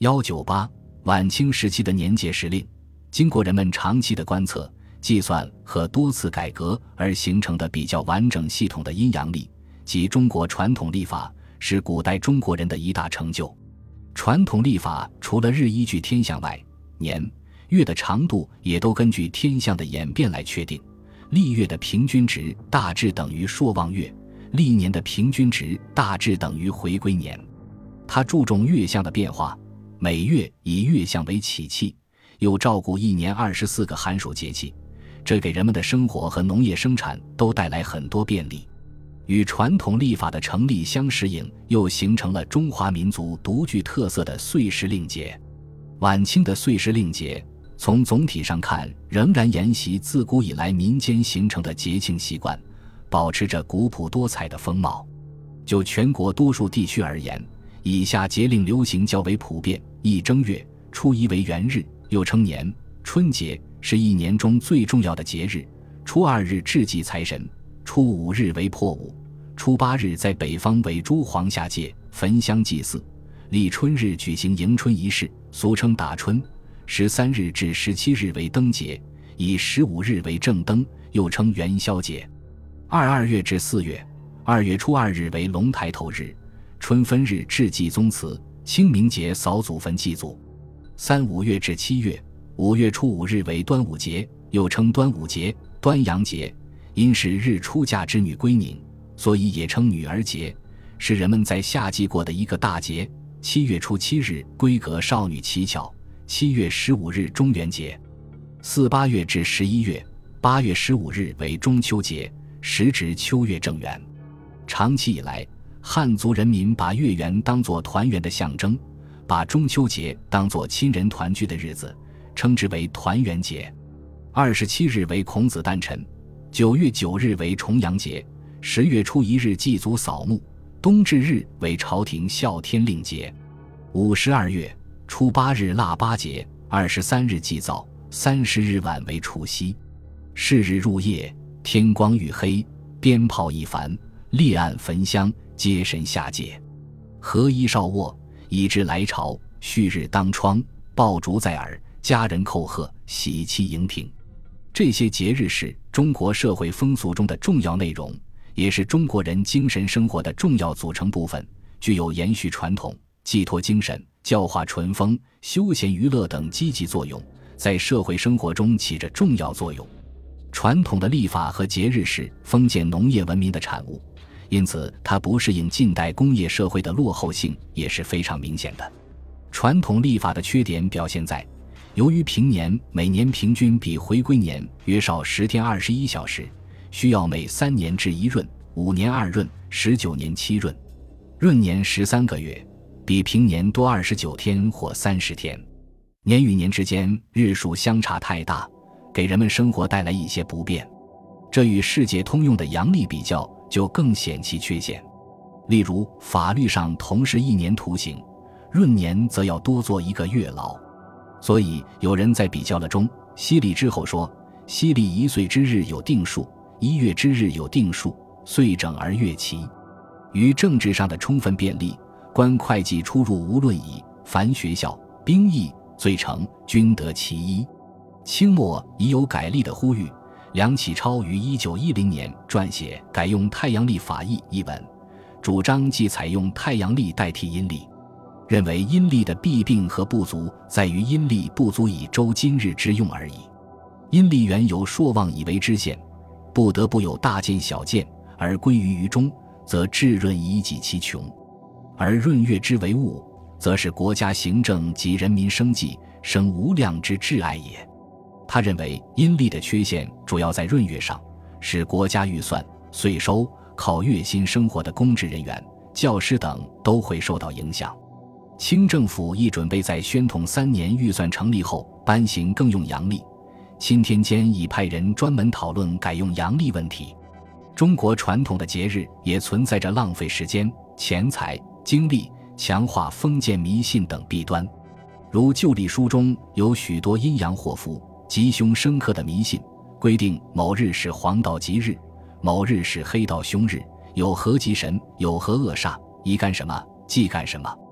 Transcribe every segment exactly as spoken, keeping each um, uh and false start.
一九八晚清时期的年节时令，经过人们长期的观测、计算和多次改革而形成的比较完整系统的阴阳历，即中国传统历法，是古代中国人的一大成就。传统历法除了日依据天象外，年、月的长度也都根据天象的演变来确定。历月的平均值大致等于朔望月，历年的平均值大致等于回归年。它注重月相的变化，每月以月相为起气，又照顾一年二十四个寒暑节气，这给人们的生活和农业生产都带来很多便利。与传统历法的成立相适应，又形成了中华民族独具特色的岁时令节。晚清的岁时令节从总体上看仍然沿袭自古以来民间形成的节庆习惯，保持着古朴多彩的风貌。就全国多数地区而言，以下节令流行较为普遍：一正月，初一为元日，又称年；春节是一年中最重要的节日，初二日祭祭财神，初五日为破五，初八日在北方为诸皇下界，焚香祭祀。立春日举行迎春仪式，俗称打春。十三日至十七日为灯节，以十五日为正灯，又称元宵节。二二月至四月，二月初二日为龙抬头日，春分日祭祭宗祠，清明节扫祖坟祭祖。三五月至七月，五月初五日为端午节，又称端午节、端阳节，因是日出嫁之女归宁，所以也称女儿节，是人们在夏季过的一个大节。七月初七日归阁少女乞巧，七月十五日中元节。四八月至十一月，八月十五日为中秋节，时值秋月正圆。长期以来，汉族人民把月圆当作团圆的象征，把中秋节当作亲人团聚的日子，称之为团圆节。二十七日为孔子诞辰，九月九日为重阳节，十月初一日祭祖扫墓，冬至日为朝廷孝天令节。五十二月初八日腊八节，二十三日祭灶，三十日晚为除夕。是日入夜，天光欲黑，鞭炮一凡，列案焚香，接神下界。合衣少卧，已至来朝，旭日当窗，爆竹在耳，家人叩贺，喜气迎庭。这些节日是中国社会风俗中的重要内容，也是中国人精神生活的重要组成部分，具有延续传统、寄托精神、教化淳风、休闲娱乐等积极作用，在社会生活中起着重要作用。传统的历法和节日是封建农业文明的产物，因此它不适应近代工业社会的落后性也是非常明显的。传统历法的缺点表现在，由于平年每年平均比回归年约少十天二十一小时，需要每三年至一闰，五年二闰，十九年七闰。闰年十三个月，比平年多二十九天或三十天。年与年之间日数相差太大，给人们生活带来一些不便。这与世界通用的阳历比较，就更显其缺陷。例如，法律上同是一年徒刑，闰年则要多做一个月牢。所以有人在比较了中西历之后说，西历一岁之日有定数，一月之日有定数，岁整而月齐。于政治上的充分便利，官会计出入无论矣，凡学校、兵役、罪成，均得其一。清末已有改历的呼吁，梁启超于一九一零年撰写《改用太阳历法义》一文，主张即采用太阳历代替阴历，认为阴历的弊病和不足在于阴历不足以周今日之用而已。阴历原有朔望以为知县，不得不有大见小见，而归于于中，则至闰以己其穷；而闰月之为物，则是国家行政及人民生计生无量之挚爱也。他认为阴历的缺陷主要在闰月上，使国家预算、税收靠月薪生活的公职人员、教师等都会受到影响。清政府亦准备在宣统三年预算成立后颁行更用阳历，钦天监已派人专门讨论改用阳历问题。中国传统的节日也存在着浪费时间、钱财、精力、强化封建迷信等弊端。如旧历书中有许多阴阳祸福、吉凶深刻的迷信，规定某日是黄道吉日，某日是黑道凶日，有何吉神，有何恶煞，宜干什么，忌干什么。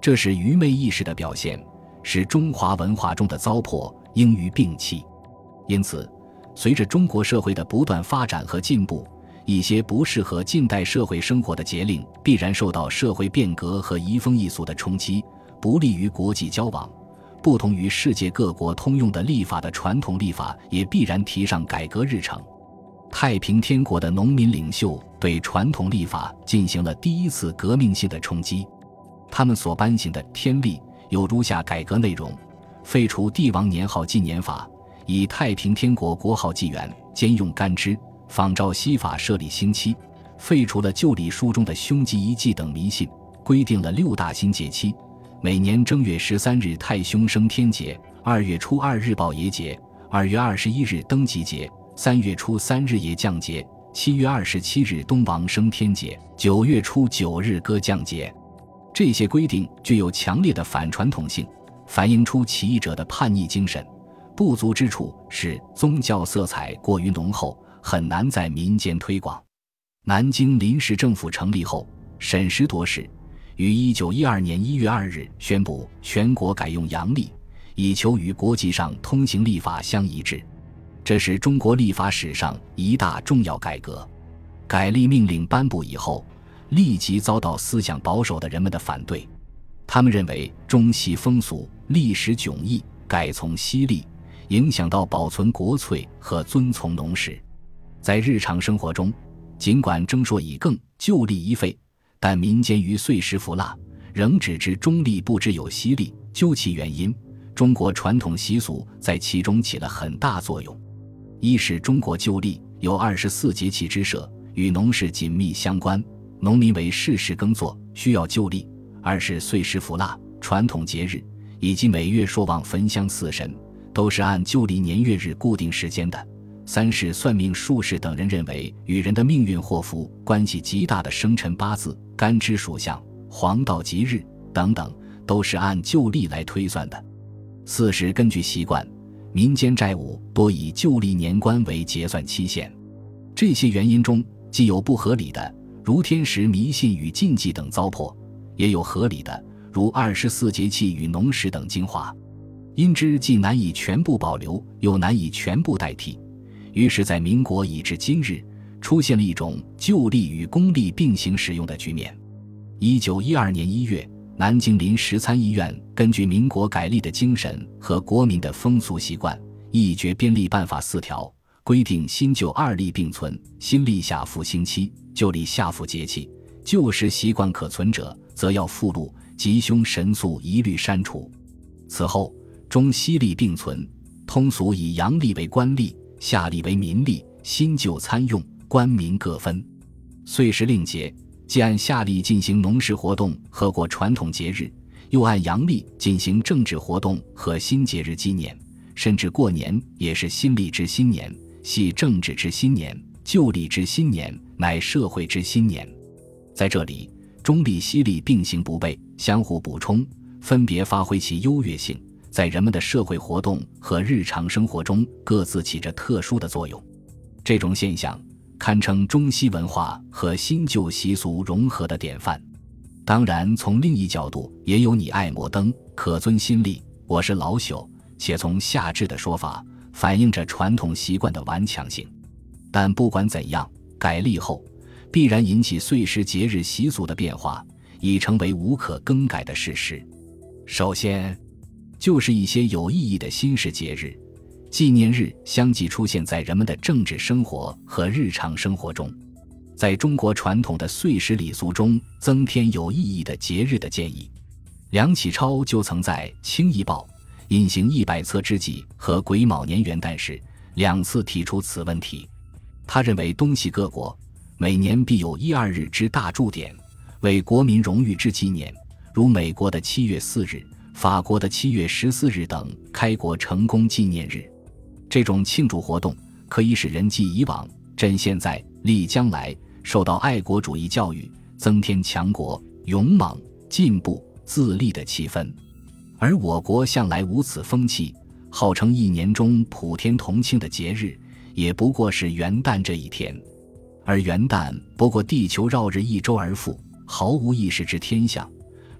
这是愚昧意识的表现，是中华文化中的糟粕，应予摒弃。因此，随着中国社会的不断发展和进步，一些不适合近代社会生活的节令必然受到社会变革和移风易俗的冲击，不利于国际交往。不同于世界各国通用的历法的传统历法也必然提上改革日程。太平天国的农民领袖对传统历法进行了第一次革命性的冲击。他们所颁行的天历有如下改革内容：废除帝王年号纪年法，以太平天国国号纪元，兼用干支，仿照西法设立星期，废除了旧历书中的凶吉遗忌等迷信，规定了六大新节期：每年正月十三日太凶升天节，二月初二日宝爷节，二月二十一日登吉节，三月初三日野降节，七月二十七日东王升天节，九月初九日歌降节。这些规定具有强烈的反传统性，反映出起义者的叛逆精神。不足之处是宗教色彩过于浓厚，很难在民间推广。南京临时政府成立后，沈师铎使于一九一二年一月二日宣布全国改用阳历，以求与国际上通行历法相一致。这是中国历法史上一大重要改革。改历命令颁布以后，立即遭到思想保守的人们的反对。他们认为中西风俗历史迥异，改从西历，影响到保存国粹和遵从农时。在日常生活中，尽管征说已更，旧历已废，但民间于岁时服蜡，仍只知中历不知有西历。究其原因，中国传统习俗在其中起了很大作用。一是中国旧历有二十四节气之设，与农事紧密相关，农民为世事耕作，需要旧历。二是岁时服蜡，传统节日以及每月说望焚香祀神，都是按旧历年月日固定时间的。三是算命术士等人认为与人的命运祸福关系极大的生辰八字、干支属相、黄道吉日等等，都是按旧历来推算的。四是根据习惯，民间债务多以旧历年关为结算期限。这些原因中，既有不合理的，如天时迷信与禁忌等糟粕，也有合理的，如二十四节气与农时等精华。因之既难以全部保留，又难以全部代替，于是在民国以至今日，出现了一种旧历与公历并行使用的局面。一九一二年一月，南京临时参议院根据民国改历的精神和国民的风俗习惯，议决编立办法四条，规定新旧二历并存，新历下附星期，旧历下附节气，旧时习惯可存者，则要附录，吉凶神宿一律删除。此后，中西历并存，通俗以阳历为官历，夏历为民历，新旧参用，官民各分。岁时令节，既按夏历进行农事活动和过传统节日，又按阳历进行政治活动和新节日纪念，甚至过年也是新历之新年，系政治之新年，旧历之新年，乃社会之新年。在这里，中历西历并行不悖，相互补充，分别发挥其优越性，在人们的社会活动和日常生活中各自起着特殊的作用。这种现象堪称中西文化和新旧习俗融合的典范。当然，从另一角度也有你爱摩登，可尊新历，我是老朽，且从夏至的说法反映着传统习惯的顽强性。但不管怎样，改历后必然引起岁时节日习俗的变化，已成为无可更改的事实。首先就是一些有意义的新式节日、纪念日相继出现在人们的政治生活和日常生活中，在中国传统的岁时礼俗中增添有意义的节日的建议。梁启超就曾在《清议报》印行一百册之际和癸卯年元旦时两次提出此问题。他认为东西各国每年必有一二日之大祝典，为国民荣誉之纪念，如美国的七月四日、法国的七月十四日等开国成功纪念日。这种庆祝活动可以使人记以往、振现在、立将来，受到爱国主义教育，增添强国、勇猛、进步、自立的气氛。而我国向来无此风气，号称一年中普天同庆的节日，也不过是元旦这一天。而元旦不过地球绕日一周而复，毫无意识之天象，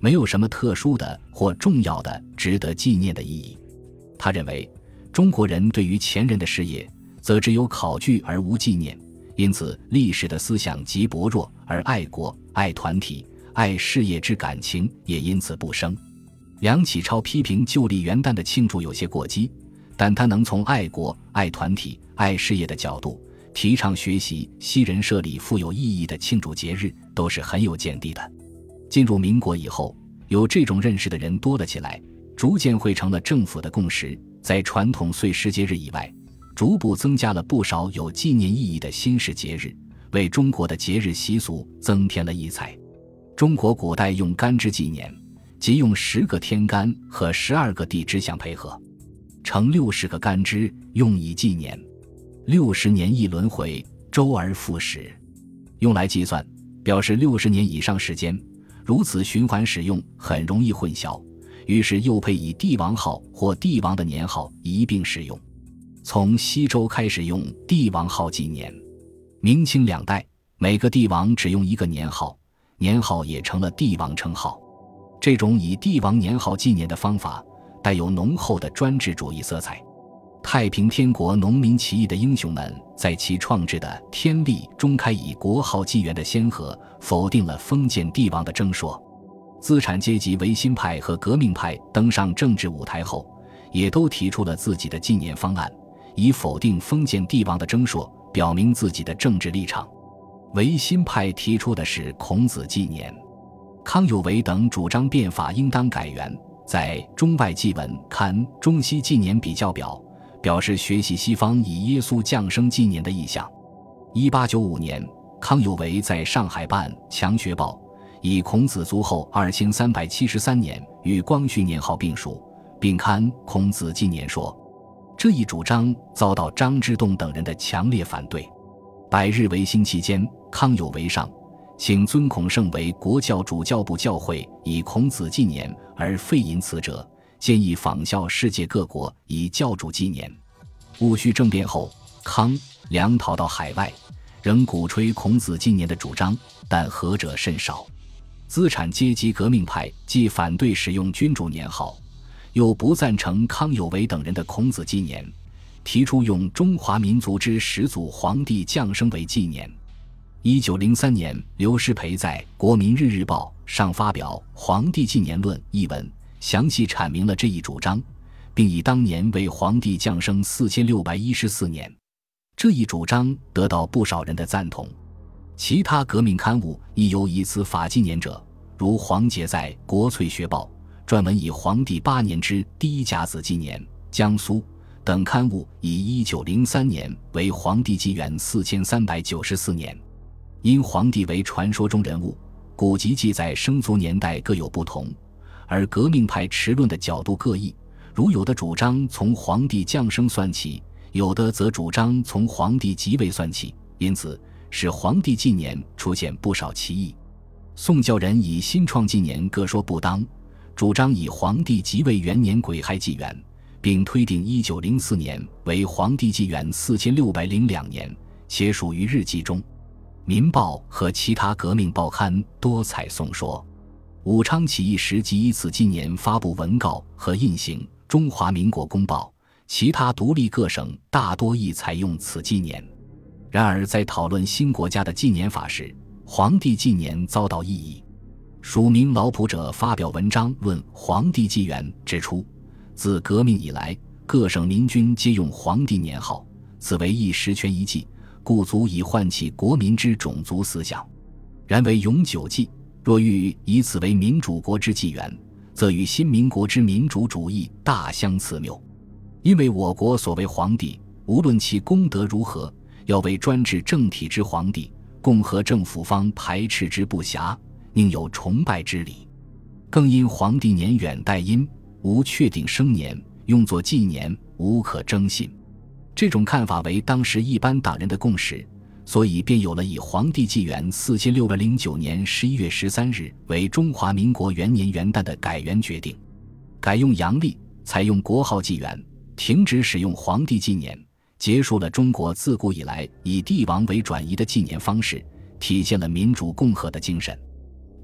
没有什么特殊的或重要的值得纪念的意义。他认为中国人对于前人的事业则只有考据而无纪念，因此历史的思想极薄弱，而爱国、爱团体、爱事业之感情也因此不生。梁启超批评旧历元旦的庆祝有些过激，但他能从爱国、爱团体、爱事业的角度提倡学习西人设立富有意义的庆祝节日，都是很有见地的。进入民国以后，有这种认识的人多了起来，逐渐汇成了政府的共识，在传统岁时节日以外，逐步增加了不少有纪念意义的新式节日，为中国的节日习俗增添了异彩。中国古代用干支纪年，即用十个天干和十二个地支相配合，成六十个干支，用以纪年。六十年一轮回，周而复始，用来计算，表示六十年以上时间。如此循环使用很容易混淆，于是又配以帝王号或帝王的年号一并使用。从西周开始用帝王号纪年，明清两代每个帝王只用一个年号，年号也成了帝王称号。这种以帝王年号纪年的方法带有浓厚的专制主义色彩。太平天国农民起义的英雄们在其创制的《天历》中开以国号纪元的先河，否定了封建帝王的征说。资产阶级维新派和革命派登上政治舞台后，也都提出了自己的纪年方案，以否定封建帝王的征说，表明自己的政治立场。维新派提出的是孔子纪年，康有为等主张变法应当改元，在《中外纪文刊》中西纪年比较表表示学习西方以耶稣降生纪年的意向。一八九五年，康有为在上海办《强学报》，以孔子卒后二千三百七十三年与光绪年号并属，并刊孔子纪年说。这一主张遭到张之洞等人的强烈反对。百日维新期间，康有为上请尊孔圣为国教主教部教会以孔子纪年而废淫此者，建议仿效世界各国以教主纪年。戊戌政变后，康、梁逃到海外，仍鼓吹孔子纪年的主张，但合者甚少。资产阶级革命派既反对使用君主年号，又不赞成康有为等人的孔子纪年，提出用中华民族之始祖皇帝降生为纪年。一九零三年，刘师培在《国民日日报》上发表《皇帝纪年论》一文，详细阐明了这一主张，并以当年为皇帝降生四千六百一十四年。这一主张得到不少人的赞同。其他革命刊物亦有以此法纪年者，如黄杰在《国粹学报》专门以皇帝八年之第一甲子纪年，江苏等刊物以一九零三年为皇帝纪元四千三百九十四年。因皇帝为传说中人物，古籍记载生卒年代各有不同，而革命派持论的角度各异，如有的主张从皇帝降生算起，有的则主张从皇帝即位算起，因此使皇帝纪年出现不少歧义。宋教仁以新创纪年各说不当，主张以皇帝即位元年癸亥纪元，并推定一九零四年为皇帝纪元四千六百零两年，且属于日记中。民报和其他革命报刊多采宋说。武昌起义时即以此纪年发布文告和印行《中华民国公报》，其他独立各省大多亦采用此纪年。然而在讨论新国家的纪年法时，皇帝纪年遭到异议。署名劳仆者发表文章论皇帝纪元，指出自革命以来，各省民军皆用皇帝年号，此为一时权一纪，故足以唤起国民之种族思想。然为永久纪，若欲以此为民主国之纪元，则与新民国之民主主义大相次谬。因为我国所谓皇帝，无论其功德如何，要为专制政体之皇帝，共和政府方排斥之不暇，宁有崇拜之理。更因皇帝年远代阴，无确定生年，用作纪年，无可争信。这种看法为当时一般党人的共识，所以便有了以皇帝纪元四千六百零九年十一月十三日为中华民国元年元旦的改元决定，改用阳历，采用国号纪元，停止使用皇帝纪年，结束了中国自古以来以帝王为转移的纪年方式，体现了民主共和的精神。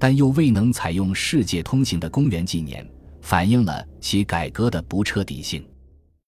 但又未能采用世界通行的公元纪年，反映了其改革的不彻底性。